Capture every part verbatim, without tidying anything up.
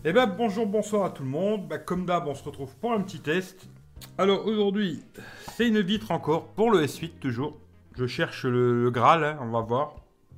Eh ben bonjour, bonsoir à tout le monde. Bah, comme d'hab, on se retrouve pour un petit test. Alors aujourd'hui, c'est une vitre encore pour le S huit toujours. Je cherche le, le Graal, hein, on va voir.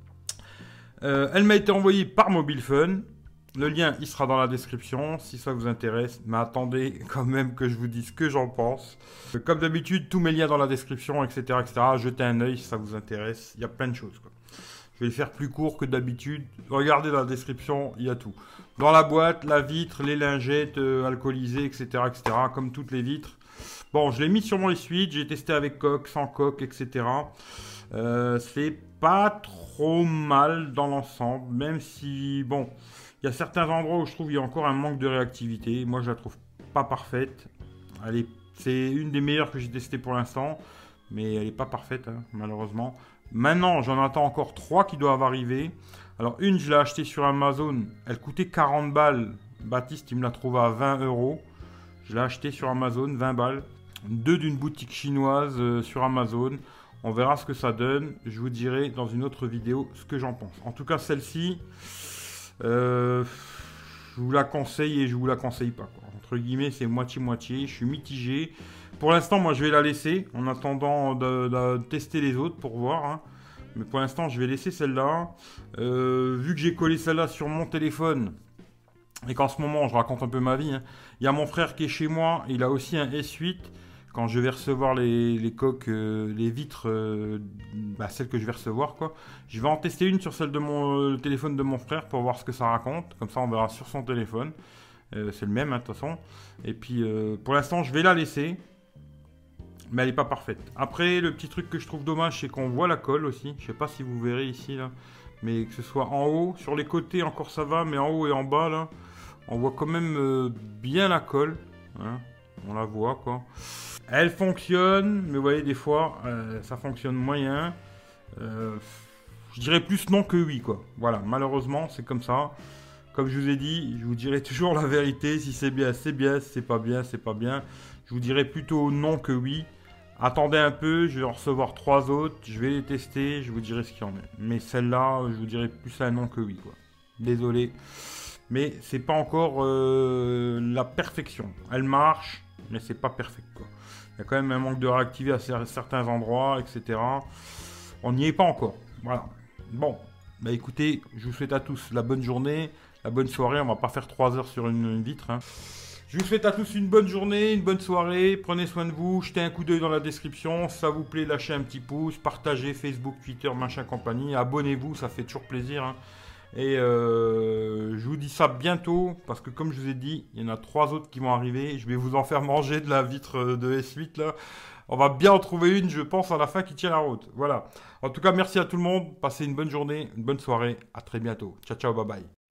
Euh, elle m'a été envoyée par Mobile Fun. Le lien, il sera dans la description si ça vous intéresse. Mais attendez quand même que je vous dise ce que j'en pense. Euh, Comme d'habitude, tous mes liens dans la description, et cetera, et cetera. Jetez un œil si ça vous intéresse. Il y a plein de choses, quoi. Je vais le faire plus court que d'habitude. Regardez dans la description, il y a tout. Dans la boîte, la vitre, les lingettes euh, alcoolisées, et cetera, et cetera. Comme toutes les vitres. Bon, je l'ai mis sur mon essuie. J'ai testé avec coque, sans coque, et cetera. Euh, c'est pas trop mal dans l'ensemble, même si, bon, il y a certains endroits où je trouve qu'il y a encore un manque de réactivité. Moi, je la trouve pas parfaite. Elle est, c'est une des meilleures que j'ai testées pour l'instant, mais elle est pas parfaite, hein, malheureusement. Maintenant, j'en attends encore trois qui doivent arriver. Alors, une, je l'ai achetée sur Amazon. Elle coûtait quarante balles. Baptiste, il me l'a trouvée à vingt euros. Je l'ai achetée sur Amazon, vingt balles. Deux d'une boutique chinoise euh, sur Amazon. On verra ce que ça donne. Je vous dirai dans une autre vidéo ce que j'en pense. En tout cas, celle-ci, euh, je vous la conseille et je vous la conseille pas, quoi. Entre guillemets, c'est moitié-moitié. Je suis mitigé. Pour l'instant, moi, je vais la laisser en attendant de, de tester les autres pour voir, hein. Mais pour l'instant, je vais laisser celle-là. Euh, vu que j'ai collé celle-là sur mon téléphone et qu'en ce moment, je raconte un peu ma vie, hein. Il y a mon frère qui est chez moi. Il a aussi un S huit. Quand je vais recevoir les, les coques, euh, les vitres, euh, bah, celles que je vais recevoir, quoi. Je vais en tester une sur celle de mon euh, le téléphone de mon frère pour voir ce que ça raconte. Comme ça, on verra sur son téléphone. Euh, c'est le même, hein, de toute façon. Et puis, euh, pour l'instant, je vais la laisser. Mais elle n'est pas parfaite. Après, le petit truc que je trouve dommage, c'est qu'on voit la colle aussi. Je sais pas si vous verrez ici, là. Mais que ce soit en haut, sur les côtés, encore ça va. Mais en haut et en bas, là, on voit quand même euh, bien la colle, hein. On la voit, quoi. Elle fonctionne, mais vous voyez, des fois, euh, ça fonctionne moyen. Euh, je dirais plus non que oui, quoi. Voilà, malheureusement, c'est comme ça. Comme je vous ai dit, je vous dirai toujours la vérité. Si c'est bien, c'est bien. Si c'est pas bien, c'est pas bien. Je vous dirai plutôt non que oui. Attendez un peu, je vais en recevoir trois autres. Je vais les tester, je vous dirai ce qu'il y en a. Mais celle-là, je vous dirai plus un non que oui, quoi. Désolé. Mais c'est pas encore euh, la perfection. Elle marche, mais c'est pas perfect, quoi. Il y a quand même un manque de réactivité à certains endroits, et cetera. On n'y est pas encore. Voilà. Bon, bah écoutez, je vous souhaite à tous la bonne journée, la bonne soirée. On va pas faire trois heures sur une, une vitre, hein. Je vous souhaite à tous une bonne journée, une bonne soirée. Prenez soin de vous. Jetez un coup d'œil dans la description. Si ça vous plaît, lâchez un petit pouce. Partagez Facebook, Twitter, machin compagnie. Abonnez-vous, ça fait toujours plaisir, hein. Et euh, je vous dis ça bientôt, parce que comme je vous ai dit, il y en a trois autres qui vont arriver. Je vais vous en faire manger de la vitre de S huit, là. On va bien en trouver une, je pense, à la fin qui tient la route. Voilà. En tout cas, merci à tout le monde. Passez une bonne journée, une bonne soirée. À très bientôt. Ciao, ciao, bye bye.